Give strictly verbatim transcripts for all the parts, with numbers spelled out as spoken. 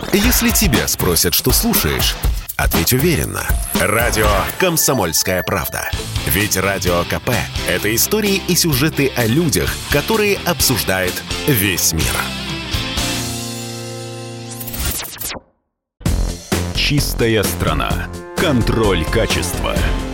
Если тебя спросят, что слушаешь, ответь уверенно. Радио «Комсомольская правда». Ведь Радио КП – это истории и сюжеты о людях, которые обсуждает весь мир. Чистая страна. Контроль качества.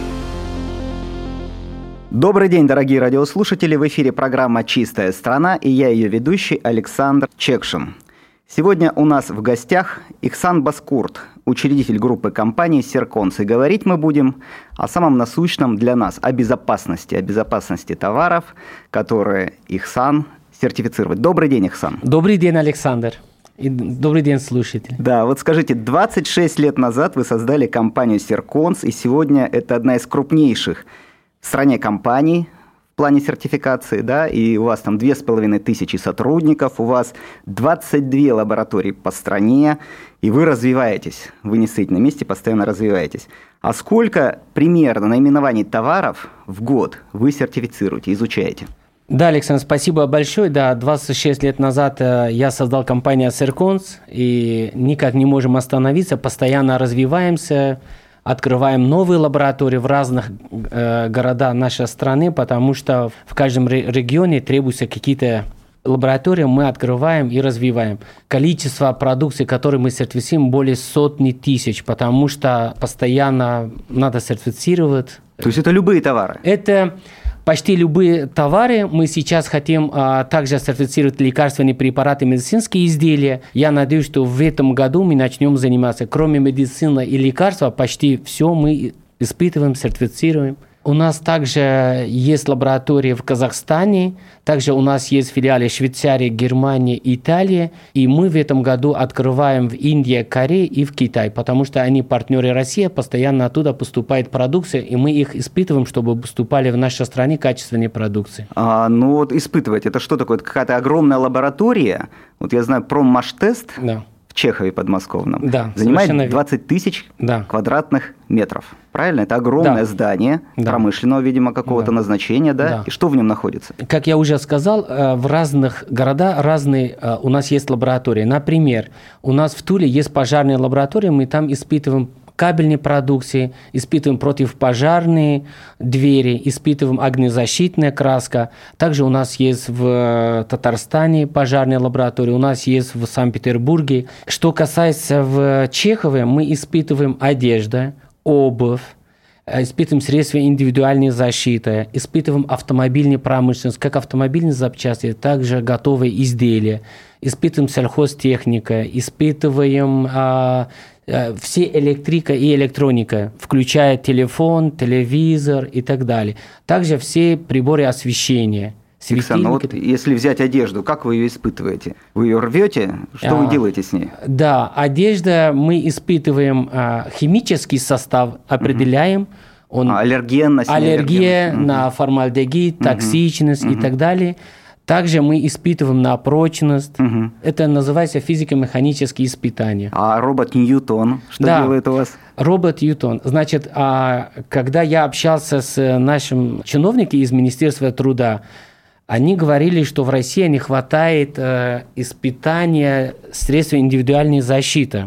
Добрый день, дорогие радиослушатели. В эфире программа «Чистая страна» и я ее ведущий Александр Чекшин. Сегодня у нас в гостях Ихсан Баскурт, учредитель группы компании «Серконс». И говорить мы будем о самом насущном для нас, о безопасности, о безопасности товаров, которые Ихсан сертифицирует. Добрый день, Ихсан. Добрый день, Александр. И добрый день, слушатели. Да, вот скажите, двадцать шесть лет назад вы создали компанию «Серконс», и сегодня это одна из крупнейших в стране компаний в плане сертификации, да, и у вас там две с половиной тысячи сотрудников, у вас двадцать две лаборатории по стране, и вы развиваетесь, вы не стоите на месте, постоянно развиваетесь. А сколько примерно наименований товаров в год вы сертифицируете, изучаете? Да, Александр, спасибо большое. Да, двадцать шесть лет назад я создал компанию «Серконс», и никак не можем остановиться, постоянно развиваемся, открываем новые лаборатории в разных э, городах нашей страны, потому что в каждом ре- регионе требуются какие-то лаборатории, мы открываем и развиваем. Количество продукции, которую мы сертифицируем, более сотни тысяч, потому что постоянно надо сертифицировать. То есть это любые товары? Это почти любые товары. Мы сейчас хотим а, также сертифицировать лекарственные препараты, медицинские изделия. Я надеюсь, что в этом году мы начнем заниматься. Кроме медицины и лекарства, почти все мы испытываем, сертифицируем. У нас также есть лаборатории в Казахстане, также у нас есть филиалы Швейцарии, Германии, Италии, и мы в этом году открываем в Индии, Корее и в Китае, потому что они партнеры России, постоянно оттуда поступает продукция, и мы их испытываем, чтобы поступали в нашей стране качественные продукции. А, ну вот испытывать, это что такое? Это какая-то огромная лаборатория? Вот я знаю, Проммаштест. Да. В Чехове подмосковном, да, занимает двадцать тысяч да. квадратных метров. Правильно? Это огромное да. здание, да. промышленного, видимо, какого-то да. назначения, да? да? И что в нем находится? Как я уже сказал, в разных городах разные у нас есть лаборатории. Например, у нас в Туле есть пожарная лаборатория, мы там испытываем кабельной продукции, испытываем противопожарные двери, испытываем огнезащитная краска. Также у нас есть в Татарстане пожарная лаборатория, у нас есть в Санкт-Петербурге. Что касается в Чехове, мы испытываем одежду, обувь, испытываем средства индивидуальной защиты, испытываем автомобильную промышленность, как автомобильные запчасти, также готовые изделия, испытываем сельхозтехника, испытываем а, а, все электрика и электроника, включая телефон, телевизор и так далее. Также все приборы освещения. Ихсан, ну вот если взять одежду, как вы ее испытываете? Вы ее рвете? Что а, вы делаете с ней? Да, одежда мы испытываем а, химический состав, определяем. Он, а, аллергенность. Аллергия аллерген. на формальдегид, токсичность угу. и так далее. Также мы испытываем на прочность. Угу. Это называется физико-механические испытания. А робот Ньютон, что да. делает у вас? Робот Ньютон. Значит, когда я общался с нашим чиновником из Министерства труда, они говорили, что в России не хватает э, испытания средств индивидуальной защиты.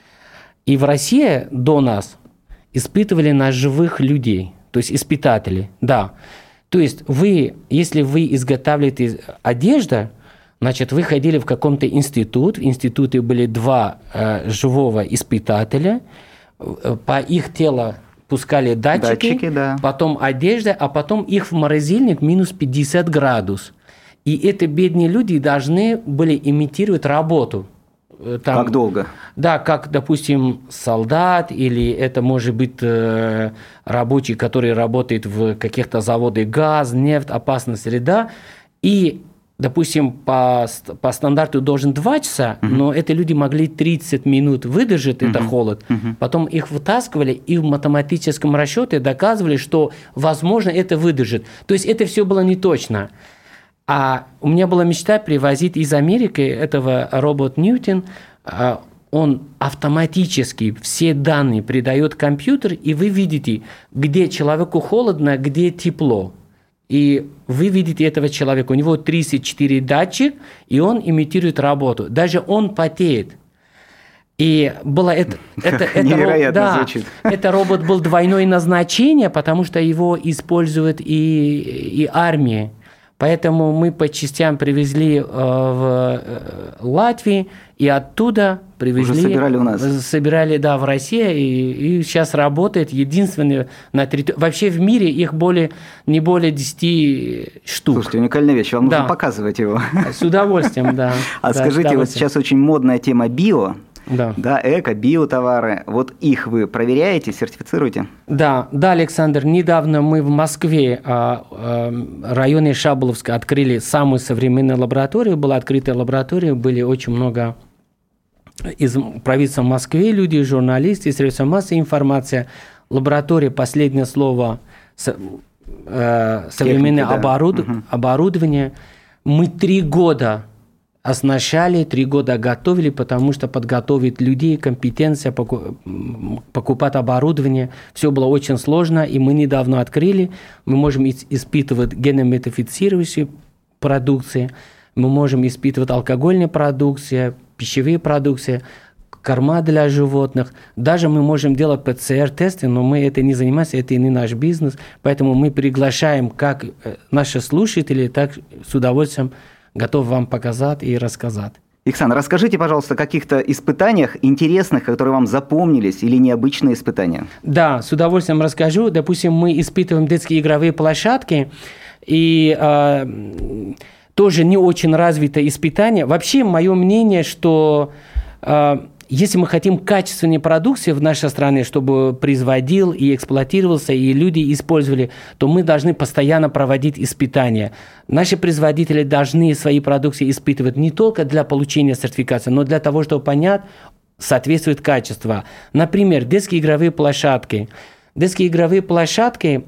И в России до нас испытывали на живых людей, то есть испытатели, да. То есть вы, если вы изготавливаете одежду, значит, вы ходили в каком-то институт, в институте были два э, живого испытателя, по их телу пускали датчики, датчики да. потом одежда, а потом их в морозильник минус пятьдесят градусов. И эти бедные люди должны были имитировать работу. Там, как долго? Да, как, допустим, солдат, или это может быть э, рабочий, который работает в каких-то заводах газ, нефть, опасная среда. И, допустим, по, по стандарту должен два часа, uh-huh. но эти люди могли тридцать минут выдержать uh-huh. этот холод. Uh-huh. Потом их вытаскивали и в математическом расчете доказывали, что, возможно, это выдержит. То есть это все было не точно. А у меня была мечта привозить из Америки этого робота Ньютон. Он автоматически все данные передает компьютер, и вы видите, где человеку холодно, где тепло. И вы видите этого человека, у него тридцать четыре датчика, и он имитирует работу. Даже он потеет. И было это, это, это, Невероятно да, звучит. Это робот был двойное назначение, потому что его используют и, и армии. Поэтому мы по частям привезли э, в э, Латвию, и оттуда привезли... Уже собирали у нас. Собирали, да, в России, и, и сейчас работает единственный на территории... Вообще в мире их более, не более десяти штук. Слушайте, уникальная вещь, вам да. нужно показывать его. С удовольствием, да. А да, скажите, вот сейчас очень модная тема био. Да. Да, эко, биотовары. Вот их вы проверяете, сертифицируете? Да, да, Александр. Недавно мы в Москве, в районе Шаболовска, открыли самую современную лабораторию. Была открыта лаборатория, были очень много из правительства в Москве люди, журналисты, средства массовой информации. Лаборатория, последнее слово, современное Техники, да. оборуд... угу. оборудование. Мы три года оснащали, три года готовили, потому что подготовить людей, компетенция, покупать оборудование, все было очень сложно, и мы недавно открыли, мы можем испытывать геномодифицирующие продукции, мы можем испытывать алкогольные продукции, пищевые продукции, корма для животных, даже мы можем делать пэ цэ эр-тесты, но мы это не занимаемся, это не наш бизнес, поэтому мы приглашаем как наши слушатели, так с удовольствием готов вам показать и рассказать. Александр, расскажите, пожалуйста, о каких-то испытаниях интересных, которые вам запомнились, или необычные испытания. Да, с удовольствием расскажу. Допустим, мы испытываем детские игровые площадки, и э, тоже не очень развитое испытание. Вообще, мое мнение, что э, если мы хотим качественной продукции в нашей стране, чтобы производил и эксплуатировался, и люди использовали, то мы должны постоянно проводить испытания. Наши производители должны свои продукции испытывать не только для получения сертификации, но для того, чтобы понять, соответствует качество. Например, детские игровые площадки. Детские игровые площадки,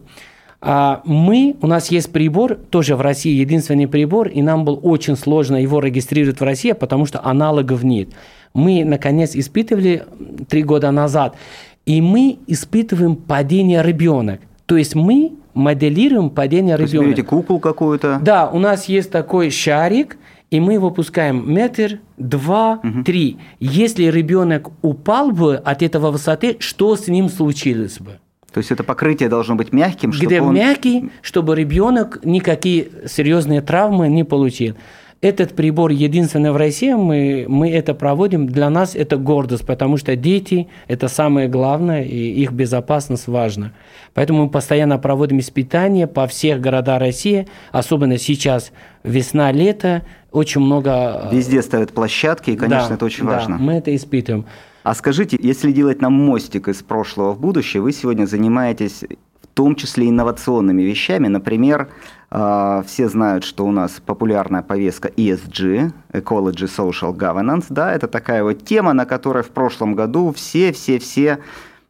мы, у нас есть прибор, тоже в России единственный прибор, и нам было очень сложно его регистрировать в России, потому что аналогов нет. Мы, наконец, испытывали три года назад, и мы испытываем падение ребенок. То есть мы моделируем падение ребенка. То есть берете куклу какую-то? Да, у нас есть такой шарик, и мы выпускаем метр, два, угу. три. Если ребенок упал бы от этого высоты, что с ним случилось бы? То есть это покрытие должно быть мягким, чтобы Где он... мягкий, чтобы ребенок никакие серьезные травмы не получил. Этот прибор единственный в России, мы, мы это проводим, для нас это гордость, потому что дети – это самое главное, и их безопасность важна. Поэтому мы постоянно проводим испытания по всех городам России, особенно сейчас весна-лето, очень много… Везде ставят площадки, и, конечно, да, это очень да, важно. мы это испытываем. А скажите, если делать нам мостик из прошлого в будущее, вы сегодня занимаетесь в том числе инновационными вещами, например… Все знают, что у нас популярная повестка и эс джи, Ecology Social Governance, да, это такая вот тема, на которой в прошлом году все-все-все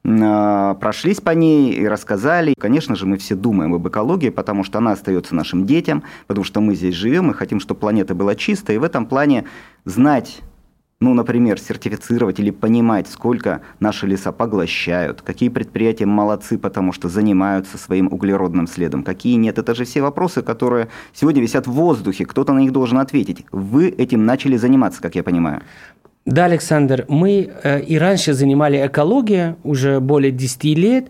прошлись по ней и рассказали. Конечно же, мы все думаем об экологии, потому что она остается нашим детям, потому что мы здесь живем и хотим, чтобы планета была чистой, и в этом плане знать, ну, например, сертифицировать или понимать, сколько наши леса поглощают, какие предприятия молодцы, потому что занимаются своим углеродным следом, какие нет. Это же все вопросы, которые сегодня висят в воздухе, кто-то на них должен ответить. Вы этим начали заниматься, как я понимаю. Да, Александр, мы э, и раньше занимали экологией уже более десяти лет.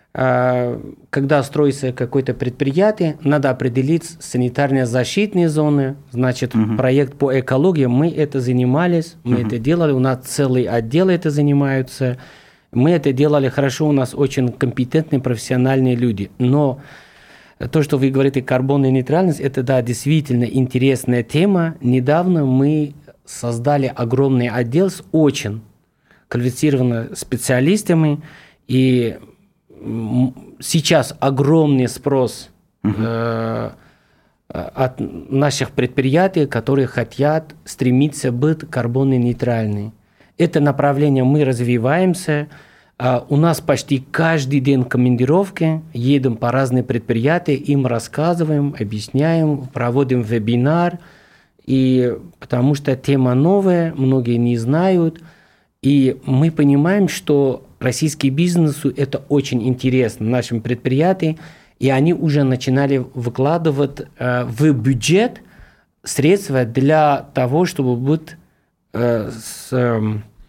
Э, когда строится какое-то предприятие, надо определить санитарные защитные зоны. Значит, угу. проект по экологии, мы это занимались, мы угу. это делали, у нас целый отдел это занимаются. Мы это делали хорошо, у нас очень компетентные, профессиональные люди. Но то, что вы говорите, карбонная нейтральность, это, да, действительно интересная тема. Недавно мы создали огромный отдел с очень квалифицированными специалистами, и сейчас огромный спрос uh-huh. э, от наших предприятий, которые хотят стремиться быть карбонно-нейтральными. Это направление мы развиваемся. Uh, у нас почти каждый день командировки, едем по разным предприятиям, им рассказываем, объясняем, проводим вебинар. И потому что тема новая, многие не знают. И мы понимаем, что российский бизнес это очень интересно нашим предприятиям, и они уже начинали выкладывать э, в бюджет средства для того, чтобы быть э, с, э,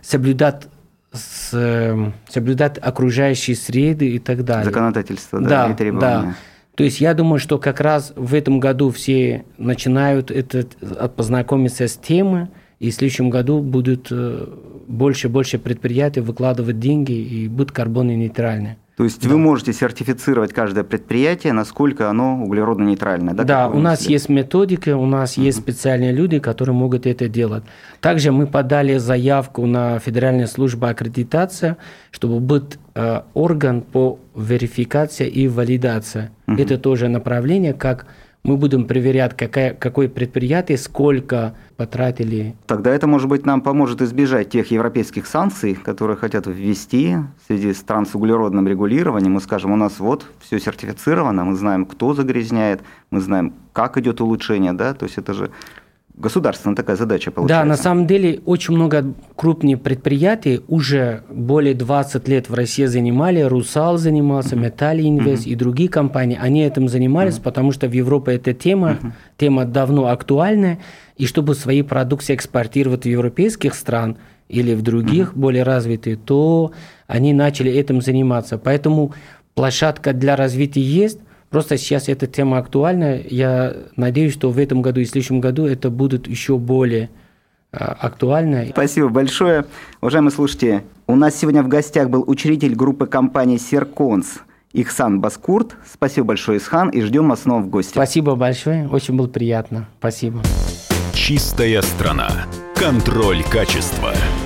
соблюдать, с, соблюдать окружающие среды и так далее. Законодательство, да, да, и требования. Да. То есть я думаю, что как раз в этом году все начинают это, познакомиться с темой, и в следующем году будут больше и больше предприятий выкладывать деньги и будут карбононейтральны. То есть да. вы можете сертифицировать каждое предприятие, насколько оно углеродно-нейтральное, да? Да, у нас есть методика, у нас uh-huh. есть специальные люди, которые могут это делать. Также мы подали заявку на Федеральную службу аккредитации, чтобы быть э, орган по верификации и валидации. Uh-huh. Это тоже направление, как мы будем проверять, какая, какое предприятие, сколько потратили. Тогда это, может быть, нам поможет избежать тех европейских санкций, которые хотят ввести в связи с трансуглеродным регулированием. Мы скажем, у нас вот все сертифицировано, мы знаем, кто загрязняет, мы знаем, как идет улучшение, да, то есть это же государственная такая задача получается. Да, на самом деле очень много крупных предприятий уже более двадцать лет в России занимали, Русал занимался, Металл Инвест uh-huh. и другие компании, они этим занимались, uh-huh. потому что в Европе эта тема, uh-huh. тема давно актуальна, и чтобы свои продукции экспортировать в европейских стран или в других uh-huh. более развитые, то они начали этим заниматься. Поэтому площадка для развития есть. Просто сейчас эта тема актуальна. Я надеюсь, что в этом году и в следующем году это будет еще более актуально. Спасибо большое. Уважаемые слушатели, у нас сегодня в гостях был учредитель группы компании «Серконс» Ихсан Баскурт. Спасибо большое, Ихсан, и ждем вас снова в гости. Спасибо большое, очень было приятно. Спасибо. Чистая страна. Контроль качества.